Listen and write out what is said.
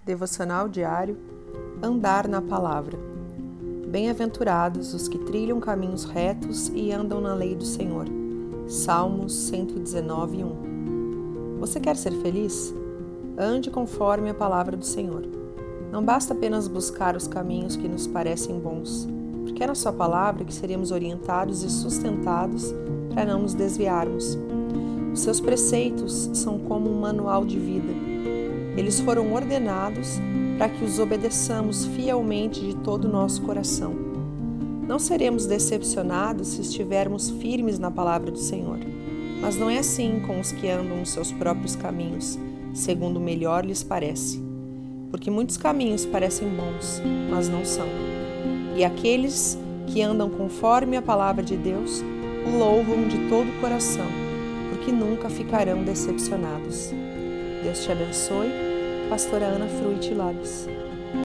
Devocional diário, Andar na Palavra. Bem-aventurados os que trilham caminhos retos e andam na lei do Senhor. Salmos 119, 1. Você quer ser feliz? Ande conforme a palavra do Senhor. Não basta apenas buscar os caminhos que nos parecem bons, porque é na sua palavra que seremos orientados e sustentados para não nos desviarmos. Os seus preceitos são como um manual de vida. Eles foram ordenados para que os obedeçamos fielmente de todo o nosso coração. Não seremos decepcionados se estivermos firmes na palavra do Senhor, mas não é assim com os que andam nos seus próprios caminhos, segundo o melhor lhes parece. Porque muitos caminhos parecem bons, mas não são. E aqueles que andam conforme a palavra de Deus o louvam de todo o coração, porque nunca ficarão decepcionados. Deus te abençoe. Pastora Ana Fruit Labs.